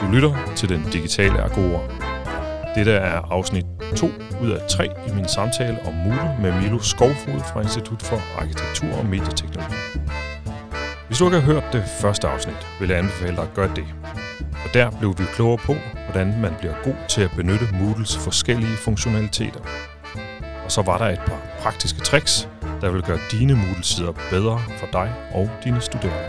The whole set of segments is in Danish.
Du lytter til Den Digitale Agora. Dette er afsnit 2 ud af 3 i min samtale om Moodle med Milo Skovfod fra Institut for Arkitektur og Medieteknologi. Hvis du ikke har hørt det første afsnit, vil jeg anbefale dig at gøre det. Og der blev vi klogere på, hvordan man bliver god til at benytte Moodles forskellige funktionaliteter. Og så var der et par praktiske tricks, der vil gøre dine Moodle-sider bedre for dig og dine studerende.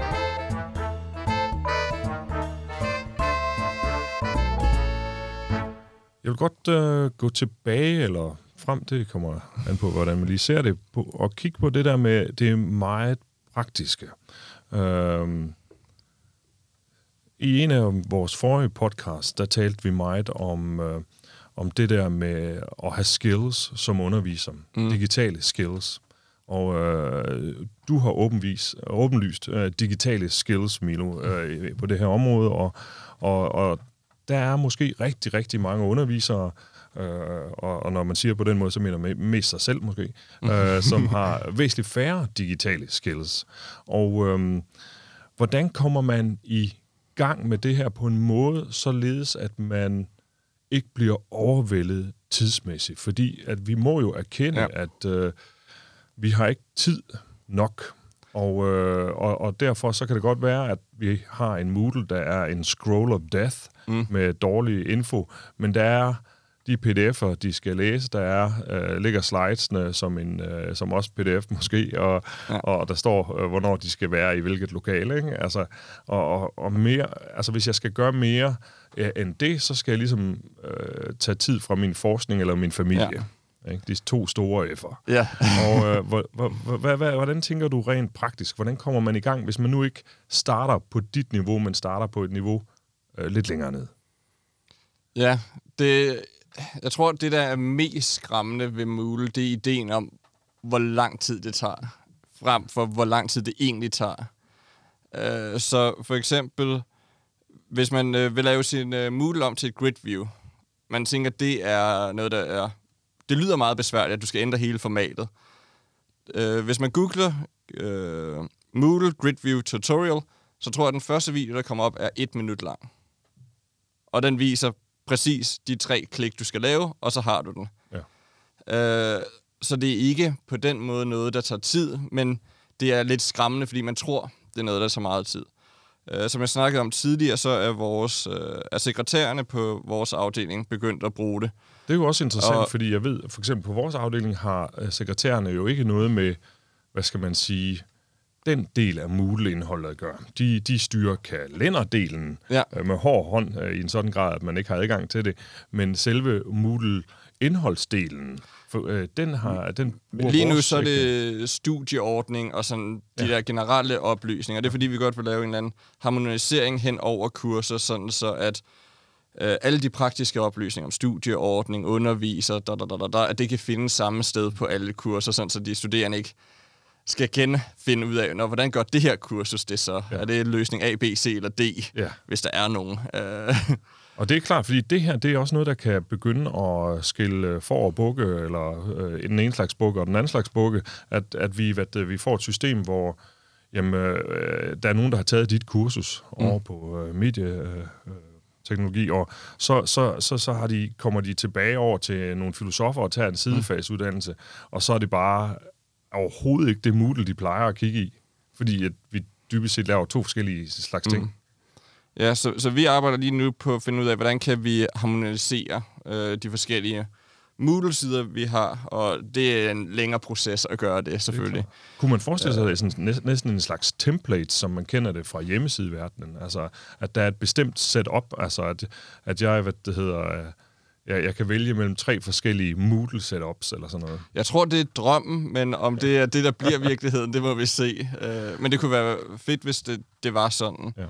Jeg vil godt gå tilbage eller frem, det kommer an på, hvordan man lige ser det, på, og kigge på det der med det meget praktiske. I en af vores forrige podcasts, der talte vi meget om det der med at have skills som underviser, digitale skills. Og du har åbenlyst digitale skills, Milo, på det her område, og der er måske rigtig, rigtig mange undervisere, og når man siger på den måde, så mener man mest sig selv måske, som har væsentligt færre digitale skills. Og hvordan kommer man i gang med det her på en måde, således at man ikke bliver overvældet tidsmæssigt? Fordi at vi må jo erkende, at vi har ikke tid nok. Og derfor så kan det godt være, at vi har en Moodle, der er en scroll of death med dårlig info, men der er de pdf'er, de skal læse, ligger slidesene som også pdf måske, og der står, hvornår de skal være i hvilket lokale, ikke? Altså, og mere, altså hvis jeg skal gøre mere end det, så skal jeg ligesom tage tid fra min forskning eller min familie. Ja. De 2 store F'er. Ja. Og hvordan tænker du rent praktisk? Hvordan kommer man i gang, hvis man nu ikke starter på dit niveau, men starter på et niveau lidt længere ned? Ja, jeg tror, det der er mest skræmmende ved Moodle, det er ideen om, hvor lang tid det tager, frem for hvor lang tid det egentlig tager. Så for eksempel, hvis man vil lave sin Moodle om til et grid view, man tænker, det er noget, der er... Det lyder meget besværligt, at du skal ændre hele formatet. Hvis man googler Moodle Grid View Tutorial, så tror jeg, at den første video, der kommer op, er 1 minut lang. Og den viser præcis de 3 klik, du skal lave, og så har du den. Ja. Så det er ikke på den måde noget, der tager tid, men det er lidt skræmmende, fordi man tror, det er noget, der tager meget tid. Som jeg snakkede om tidligere, så er sekretærerne på vores afdeling begyndt at bruge det. Det er jo også interessant, fordi jeg ved, for eksempel på vores afdeling har sekretærerne jo ikke noget med, hvad skal man sige, den del af Moodle-indholdet at gøre. De styrer kalenderdelen med hård hånd i en sådan grad, at man ikke har adgang til det, men selve Moodle-indholdsdelen, den lige nu så er det studieordning og sådan de der generelle oplysninger. Det er fordi, vi godt vil lave en eller anden harmonisering hen over kurser, sådan så at alle de praktiske oplysninger om studieordning, underviser, at det kan findes samme sted på alle kurser, sådan så de studerende ikke skal finde ud af, hvordan gør det her kursus det så? Ja. Er det løsning A, B, C eller D, hvis der er nogen? Og det er klart, fordi det her, det er også noget, der kan begynde at skille for og bukke, eller den ene slags bukke og den anden slags bukke, at vi får et system, hvor der er nogen, der har taget dit kursus over på medieteknologi, og så kommer de tilbage over til nogle filosofer og tager en sidefagsuddannelse, og så er det bare overhovedet ikke det Moodle, de plejer at kigge i, fordi at vi dybest set laver 2 forskellige slags ting. Ja, så vi arbejder lige nu på at finde ud af, hvordan kan vi harmonisere de forskellige Moodle-sider, vi har, og det er en længere proces at gøre det, selvfølgelig. Kunne man forestille sig, at det er sådan, næsten en slags template, som man kender det fra hjemmesideverdenen? Altså, at der er et bestemt setup, altså at jeg, jeg kan vælge mellem 3 forskellige Moodle-setups eller sådan noget. Jeg tror, det er drømmen, men om det er det, der bliver virkeligheden, det må vi se. Men det kunne være fedt, hvis det var sådan. Ja.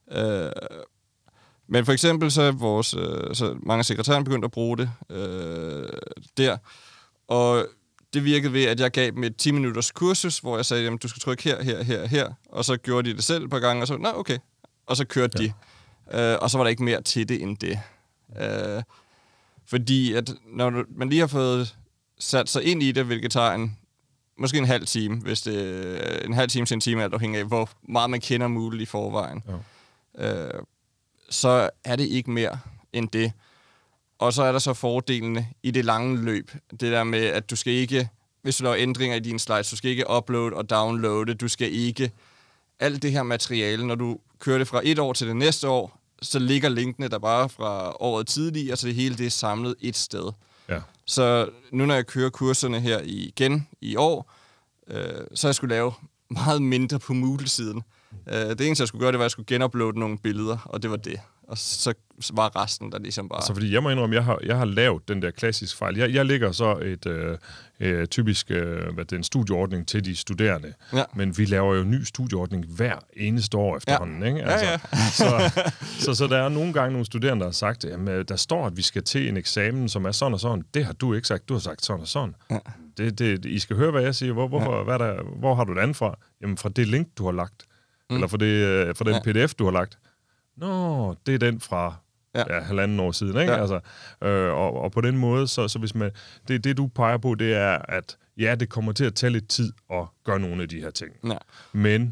Men for eksempel så er så mange sekretærer begyndt at bruge det der, og det virkede ved, at jeg gav dem et 10-minutters kursus, hvor jeg sagde, jamen, du skal trykke her, og så gjorde de det selv et par gange, og så, okay, og så kørte de. Og så var der ikke mere til det end det. Fordi at når man lige har fået sat sig ind i det, hvilket tager måske en halv time, hvis det en halv time til en time, alt afhængig af, hvor meget man kender Moodle i forvejen. Ja. så er det ikke mere end det. Og så er der så fordelene i det lange løb. Det der med, at du skal ikke, hvis du laver ændringer i dine slides, du skal ikke uploade og downloade, du skal ikke alt det her materiale, når du kører det fra et år til det næste år, så ligger linkene der bare fra året tidligere, så det hele det er samlet et sted. Ja. Så nu når jeg kører kurserne her igen i år, så jeg skulle lave meget mindre på Moodle-siden. Det eneste, jeg skulle gøre, det var, at jeg skulle genuploade nogle billeder, og det var det. Og så var resten der ligesom bare... Altså, fordi jeg må indrømme, jeg har lavet den der klassiske fejl. Jeg lægger så et typisk en studieordning til de studerende. Ja. Men vi laver jo en ny studieordning hver eneste år efterhånden. Ja. Ikke? Altså, ja. Så der er nogle gange nogle studerende, der har sagt, jamen, der står, at vi skal til en eksamen, som er sådan og sådan. Det har du ikke sagt. Du har sagt sådan og sådan. Ja. I skal høre, hvad jeg siger. Hvor har du det andet fra? Jamen, fra det link, du har lagt. Eller fra den pdf, du har lagt. Nå, det er den fra 1,5 år siden, ikke? Ja. Altså, og på den måde, så hvis man... Det, du peger på, det er, at ja, det kommer til at tage lidt tid at gøre nogle af de her ting. Ja. Men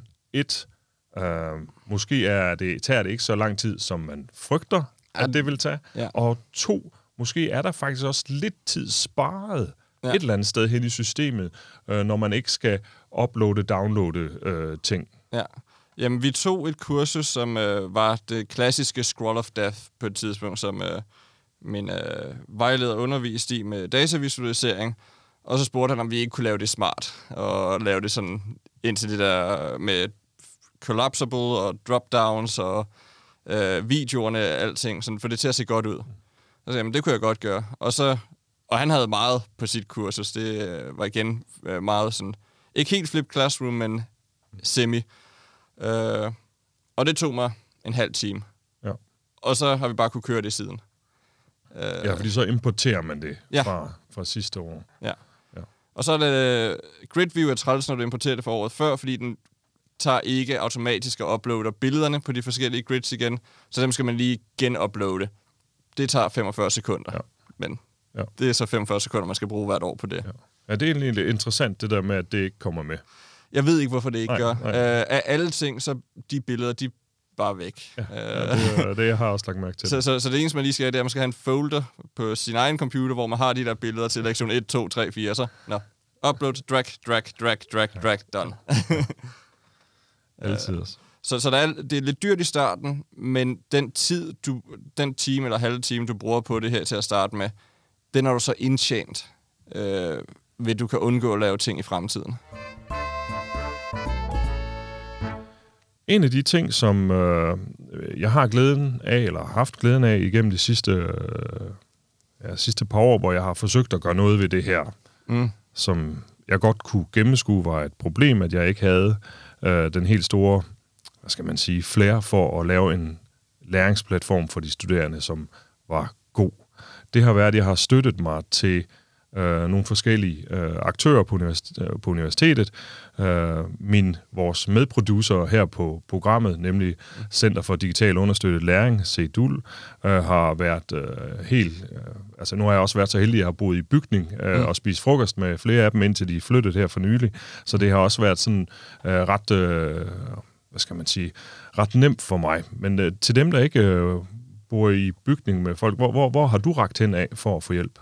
måske tager det ikke så lang tid, som man frygter, at det vil tage. Ja. Og 2, måske er der faktisk også lidt tid sparet et eller andet sted hen i systemet, når man ikke skal downloade ting. Ja. Jamen, vi tog et kursus, som var det klassiske Scroll of Death på et tidspunkt, som min vejleder underviste i med datavisualisering. Og så spurgte han, om vi ikke kunne lave det smart, og lave det sådan indtil det der med collapsible og dropdowns og videoerne og alting, sådan for det til at se godt ud. Så sagde jeg, det kunne jeg godt gøre. Og han havde meget på sit kursus. Det var igen meget sådan, ikke helt flip classroom, men semi. Og det tog mig en halv time. Ja. Og så har vi bare kunne køre det siden. Ja, fordi så importerer man det fra sidste år. Ja. Og så er det GridView er træls, når du importerer det fra året før, fordi den tager ikke automatisk og uploader billederne på de forskellige grids igen, så dem skal man lige genuploade. Det tager 45 sekunder. Ja. Men det er så 45 sekunder, man skal bruge hvert år på det. Ja, det er egentlig interessant, det der med, at det ikke kommer med. Jeg ved ikke, hvorfor det ikke gør. Af alle ting, så de billeder, de er bare væk. Ja, det jeg har også lagt mærke til. Så det eneste, man lige skal have, det er, at man skal have en folder på sin egen computer, hvor man har de der billeder til lektion 1, 2, 3, 4, så upload, drag, done. Altid også. Så det er lidt dyrt i starten, men den time eller halve time, du bruger på det her til at starte med, den har du så indtjent, ved du kan undgå at lave ting i fremtiden. En af de ting, som jeg har glæden af, eller haft glæden af igennem de sidste par år, hvor jeg har forsøgt at gøre noget ved det her, som jeg godt kunne gennemskue, var et problem, at jeg ikke havde den helt store, hvad skal man sige, flair for at lave en læringsplatform for de studerende, som var god. Det har været, at jeg har støttet mig til nogle forskellige aktører på universitetet. Vores medproducer her på programmet, nemlig Center for Digital Understøttet Læring, CDUL, har været nu har jeg også været så heldig, at jeg har boet i bygning og spist frokost med flere af dem, indtil de flyttede her for nylig. Så det har også været sådan ret nemt for mig. Men til dem, der ikke bor i bygning med folk, hvor har du rakt hen af for at få hjælp?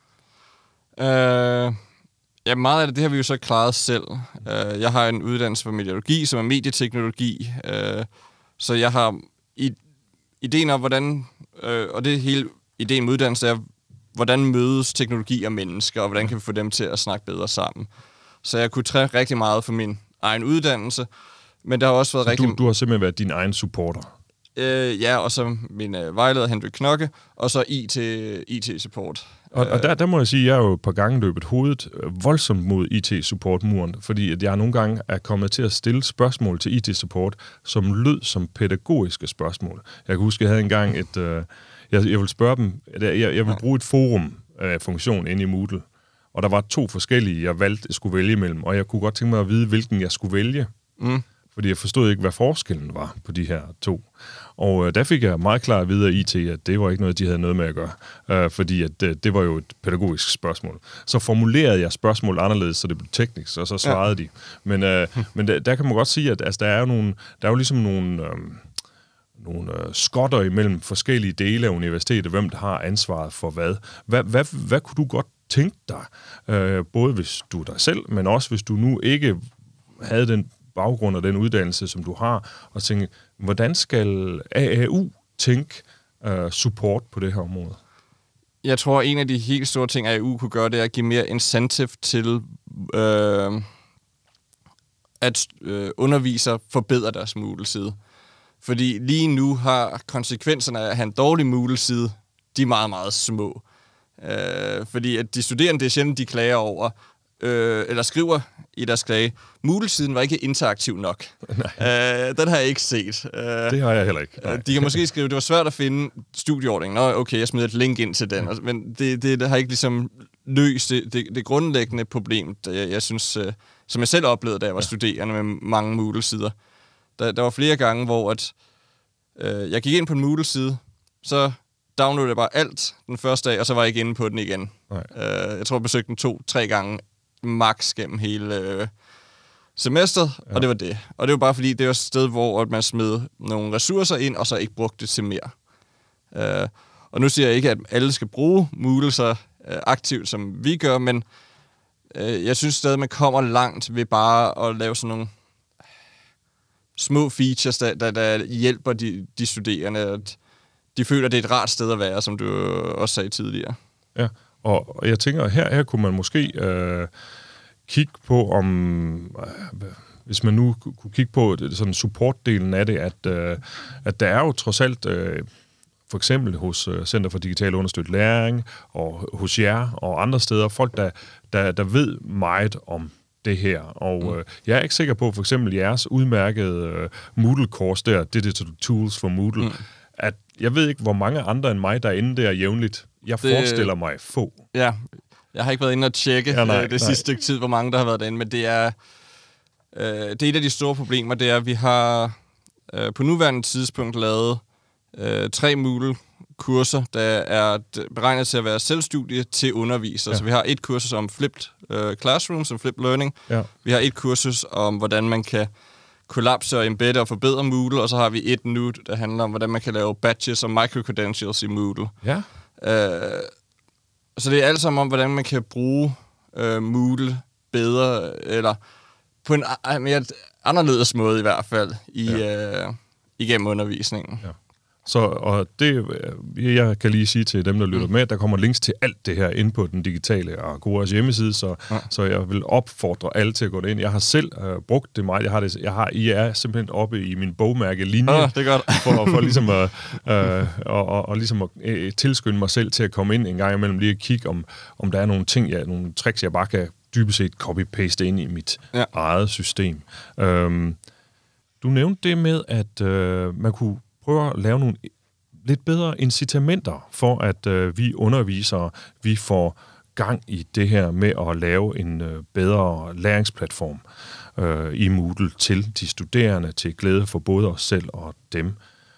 Meget af det har vi jo så klaret selv. Jeg har en uddannelse for mediologi, som er medieteknologi. Så jeg har ideen om, hvordan... og det hele ideen med uddannelse er, hvordan mødes teknologi og mennesker, og hvordan kan vi få dem til at snakke bedre sammen. Så jeg kunne trække rigtig meget for min egen uddannelse, men der har også været rigtig... Du har simpelthen været din egen supporter? Og så min vejleder Henrik Knokke, og så IT-support. Og der må jeg sige, at jeg er jo et par gange løbet hovedet voldsomt mod IT-support-muren, fordi at jeg nogle gange er kommet til at stille spørgsmål til IT-support, som lød som pædagogiske spørgsmål. Jeg kan huske, at jeg havde engang jeg ville spørge dem, jeg ville bruge et forum-funktion inde i Moodle, og der var 2 forskellige, jeg valgte at skulle vælge imellem, og jeg kunne godt tænke mig at vide, hvilken jeg skulle vælge. Fordi jeg forstod ikke, hvad forskellen var på de her 2. Og der fik jeg meget klart at vide af IT, at det var ikke noget, de havde noget med at gøre. Fordi at det var jo et pædagogisk spørgsmål. Så formulerede jeg spørgsmål anderledes, så det blev teknisk, og så svarede de. Men der kan man godt sige, at altså, der er jo ligesom nogle skotter imellem forskellige dele af universitetet, hvem der har ansvaret for hvad. Hvad kunne du godt tænke dig, både hvis du er dig selv, men også hvis du nu ikke havde den baggrund og den uddannelse, som du har, og tænke, hvordan skal AAU tænke support på det her område? Jeg tror, en af de helt store ting, AAU kunne gøre, det er at give mere incentive til at undervisere forbedre deres Moodle-side. Fordi lige nu har konsekvenserne af at have en dårlig Moodle-side, de er meget, meget små. Fordi at de studerende, det er sjældent, de klager over, eller skriver i deres klage, Moodle-siden var ikke interaktiv nok. Den har jeg ikke set. Det har jeg heller ikke. De kan måske skrive, det var svært at finde studieordningen. Nå, okay, jeg smider et link ind til den. Men det har ikke ligesom løst det grundlæggende problem, jeg synes, som jeg selv oplevede, da jeg var studerende med mange Moodle-sider. Der var flere gange, hvor jeg gik ind på en Moodle-side, så downloadede jeg bare alt den første dag, og så var jeg ikke inde på den igen. Jeg tror, jeg besøgte den 2-3 gange max gennem hele semesteret, og det var det. Og det var bare fordi, det var et sted, hvor man smed nogle ressourcer ind, og så ikke brugte det til mere. Og nu siger jeg ikke, at alle skal bruge Moodle så aktivt, som vi gør, men jeg synes stadig, man kommer langt ved bare at lave sådan nogle små features, der hjælper de studerende, at de føler, at det er et rart sted at være, som du også sagde tidligere. Ja, og jeg tænker, her kunne man måske kigge på, om hvis man nu kunne kigge på sådan supportdelen af det, at der er jo trods alt, for eksempel hos Center for Digital Understøttet Læring, og hos jer og andre steder, folk, der ved meget om det her. Og jeg er ikke sikker på, for eksempel jeres udmærkede Moodle-kurs der, Digital Tools for Moodle, at jeg ved ikke, hvor mange andre end mig, der er inde der jævnligt. Jeg forestiller mig få. Ja, jeg har ikke været inde og tjekke det sidste stykke tid, hvor mange der har været derinde, men det er et af de store problemer, det er, at vi har på nuværende tidspunkt lavet 3 Moodle-kurser, der er beregnet til at være selvstudie til undervisere. Så vi har et kursus om flipped classroom, som flipped learning. Ja. Vi har et kursus om, hvordan man kan kollapse og embedde og forbedre Moodle, og så har vi et nu, der handler om, hvordan man kan lave badges og micro-credentials i Moodle. Ja. Så det er alt sammen om, hvordan man kan bruge Moodle bedre, eller på en mere anderledes måde i hvert fald, igennem undervisningen. Ja. Så, og det, jeg kan lige sige til dem, der lytter med, der kommer links til alt det her inde på den digitale Agoras hjemmeside, så jeg vil opfordre alle til at gå ind. Jeg har selv brugt det meget. I er simpelthen oppe i min bogmærkelinje, det er godt. for ligesom at tilskynde mig selv til at komme ind en gang imellem, lige at kigge, om der er nogle ting, nogle tricks, jeg bare kan dybest set copy-paste ind i mit eget system. Du nævnte det med, at man kunne prøve at lave nogle lidt bedre incitamenter for, at vi undervisere, vi får gang i det her med at lave en bedre læringsplatform i Moodle til de studerende, til glæde for både os selv og dem.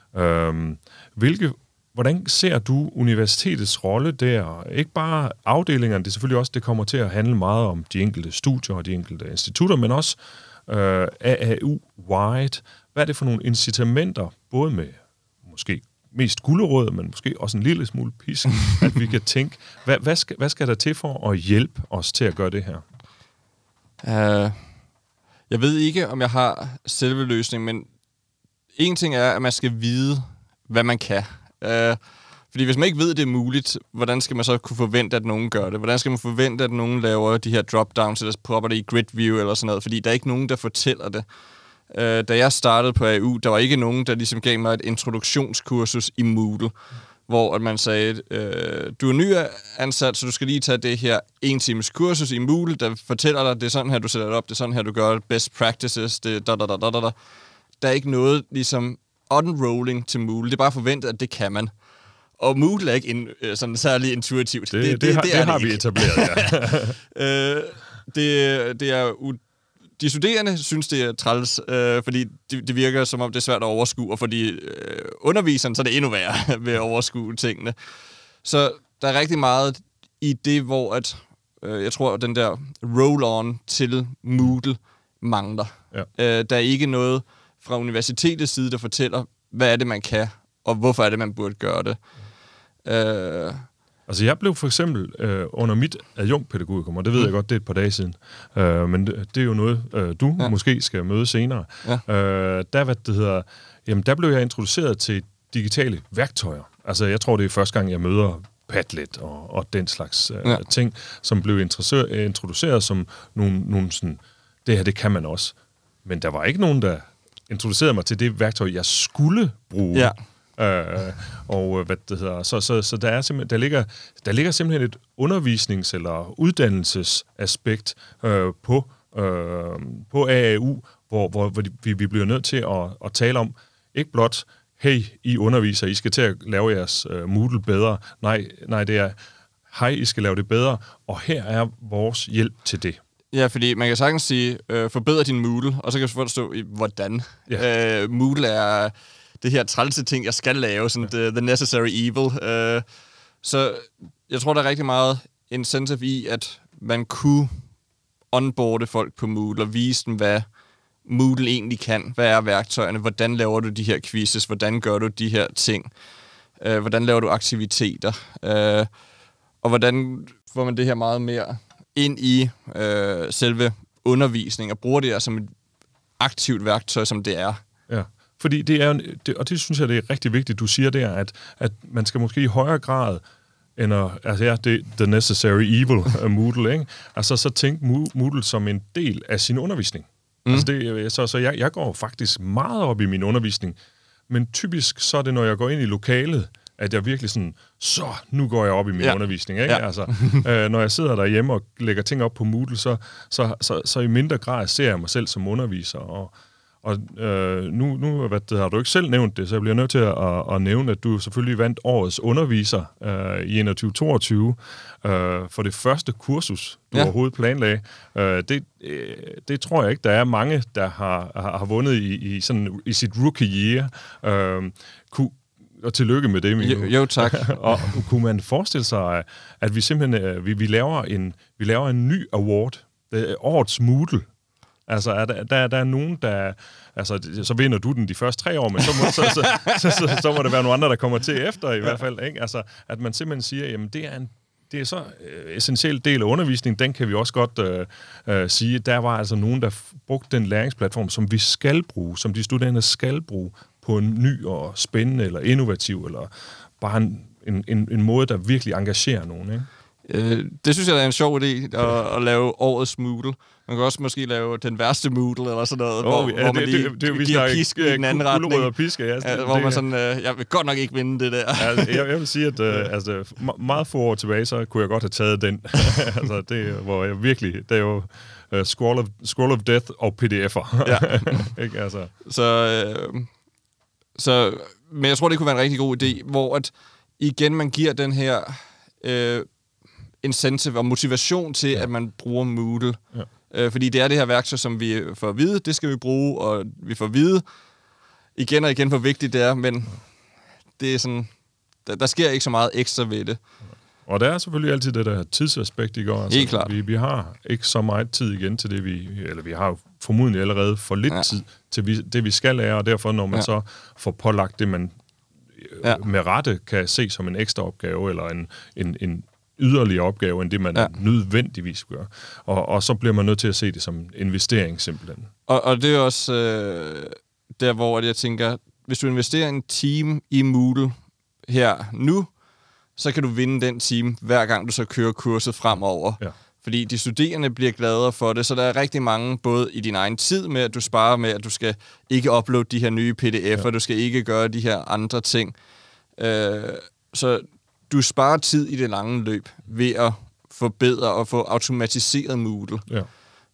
Hvordan ser du universitetets rolle der? Ikke bare afdelingerne, det er selvfølgelig også, det kommer til at handle meget om de enkelte studier og de enkelte institutter, men også AAU-wide. Hvad er det for nogle incitamenter, både med måske mest gulerod, men måske også en lille smule pisk, at vi kan tænke, hvad skal der til for at hjælpe os til at gøre det her? Jeg ved ikke, om jeg har selve løsningen, men en ting er, at man skal vide, hvad man kan. Fordi hvis man ikke ved, det er muligt, hvordan skal man så kunne forvente, at nogen gør det? Hvordan skal man forvente, at nogen laver de her drop-downs, eller propper det i grid view eller sådan noget? Fordi der er ikke nogen, der fortæller det. Da jeg startede på AU, der var ikke nogen, der ligesom gav mig et introduktionskursus i Moodle, hvor at man sagde, du er nyansat, så du skal lige tage det her 1 times kursus i Moodle, der fortæller dig, det er sådan her, du sætter det op, det er sådan her, du gør det, best practices, det Der er ikke noget ligesom unrolling til Moodle, det er bare forventet, at det kan man. Og Moodle er ikke sådan særlig intuitivt. Det har vi etableret, ja. Det er de studerende synes, det er træls, fordi det virker som om, det er svært at overskue, og fordi underviseren, så er det endnu værre ved at overskue tingene. Så der er rigtig meget i det, hvor jeg tror, at den der roll-on til Moodle mangler. Ja. Der er ikke noget fra universitetets side, der fortæller, hvad er det, man kan, og hvorfor er det, man burde gøre det. Altså, jeg blev for eksempel under mit adjunktpædagogikum, og det ved jeg godt, det er et par dage siden, men det er jo noget, du måske skal møde senere. Ja. Der blev jeg introduceret til digitale værktøjer. Altså, jeg tror, det er første gang, jeg møder Padlet og den slags ting, som blev introduceret som nogle sådan, det her, det kan man også. Men der var ikke nogen, der introducerede mig til det værktøj, jeg skulle bruge. Ja. Så der ligger simpelthen et undervisnings- eller uddannelsesaspekt på AAU, hvor vi bliver nødt til at tale om, ikke blot, hey, I underviser, I skal til at lave jeres Moodle bedre. Nej, det er, hej, I skal lave det bedre, og her er vores hjælp til det. Ja, fordi man kan sagtens sige, forbedre din Moodle, og så kan du forstå, hvordan. Ja. Moodle er det her trælse ting, jeg skal lave, sådan the necessary evil. Så jeg tror, der er rigtig meget incentive i, at man kunne onboarde folk på Moodle og vise dem, hvad Moodle egentlig kan. Hvad er værktøjerne? Hvordan laver du de her quizzes? Hvordan gør du de her ting? Hvordan laver du aktiviteter? Og hvordan får man det her meget mere ind i selve undervisningen og bruger det her som et aktivt værktøj, som det er. Ja, fordi det er og det synes jeg, det er rigtig vigtigt, du siger der, at man skal måske i højere grad end det the necessary evil af Moodle, ikke? Altså så tænk Moodle som en del af sin undervisning. Altså jeg går faktisk meget op i min undervisning, men typisk så er det, når jeg går ind i lokalet, at jeg virkelig sådan, så nu går jeg op i min undervisning, ikke? Ja. Altså, når jeg sidder derhjemme og lægger ting op på Moodle, så i mindre grad ser jeg mig selv som underviser, og nu har du ikke selv nævnt det, så jeg bliver nødt til at nævne, at du selvfølgelig vandt årets underviser i 21-22 for det første kursus, du overhovedet planlagde. Det tror jeg ikke, der er mange, der har vundet i sit rookie year. Og tillykke med det, Milo. Jo, tak. Og kunne man forestille sig, at vi simpelthen vi laver en ny award, årets Moodle. Altså, der er nogen, der... Altså, så vinder du den de første 3 år, men så må det være nogle andre, der kommer til efter i hvert fald. Ikke? Altså, at man simpelthen siger, jamen, det er så essentiel del af undervisningen, den kan vi også godt sige. Der var altså nogen, der brugte den læringsplatform, som vi skal bruge, som de studerende skal bruge, på en ny og spændende, eller innovativ, eller bare en måde, der virkelig engagerer nogen, ikke? Det synes jeg, der er en sjov idé, at lave årets Moodle. Man kan også måske lave den værste Moodle, eller sådan noget, hvor man lige giver pisk i den anden retning. Og piske, hvor man sådan, jeg vil godt nok ikke vinde det der. Jeg vil sige, at meget få år tilbage, så kunne jeg godt have taget den. Altså, det hvor jeg virkelig, det er jo Scroll of Death og PDF'er. Ja. Ikke, altså. Men jeg tror, det kunne være en rigtig god idé, hvor at igen man giver den her incentive og motivation til, at man bruger Moodle. Ja. Fordi det er det her værktøj, som vi får at vide, det skal vi bruge, og vi får at vide igen og igen, hvor vigtigt det er, men det er sådan, der sker ikke så meget ekstra ved det. Og der er selvfølgelig altid det der tidsaspekt, ikke? Altså, helt klart. Vi har ikke så meget tid igen til det, vi har formodentlig allerede for lidt tid til det, vi skal lære, og derfor, når man så får pålagt det, man med rette kan se som en ekstra opgave, eller en yderligere opgave, end det, man nødvendigvis gør. Og så bliver man nødt til at se det som investering, simpelthen. Og det er også der, hvor jeg tænker, hvis du investerer en time i Moodle her nu, så kan du vinde den time, hver gang du så kører kurset fremover. Ja. Fordi de studerende bliver gladere for det, så der er rigtig mange, både i din egen tid med, at du sparer med, at du skal ikke uploade de her nye pdf'er, du skal ikke gøre de her andre ting. Så du sparer tid i det lange løb ved at forbedre og få automatiseret Moodle. Ja.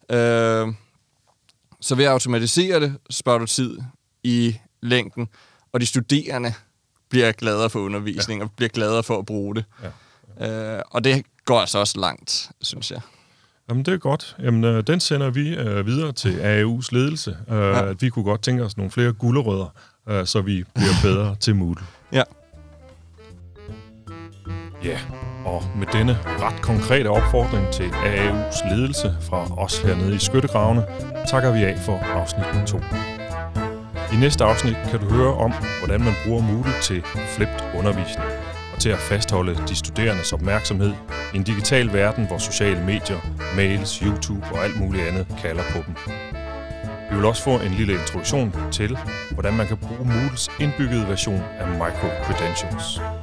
Så ved at automatisere det, sparer du tid i længden, og de studerende bliver gladere for undervisning og bliver gladere for at bruge det. Ja. Og det går altså også langt, synes jeg. Jamen, det er godt. Jamen, den sender vi videre til AAU's ledelse. At vi kunne godt tænke os nogle flere gulerødder, så vi bliver bedre til Moodle. Ja. Ja, og med denne ret konkrete opfordring til AAU's ledelse fra os hernede i Skyttegravene, takker vi af for afsnit 2. I næste afsnit kan du høre om, hvordan man bruger Moodle til flipped undervisning og til at fastholde de studerendes opmærksomhed i en digital verden, hvor sociale medier, mails, YouTube og alt muligt andet kalder på dem. Vi vil også få en lille introduktion til, hvordan man kan bruge Moodles indbyggede version af micro-credentials.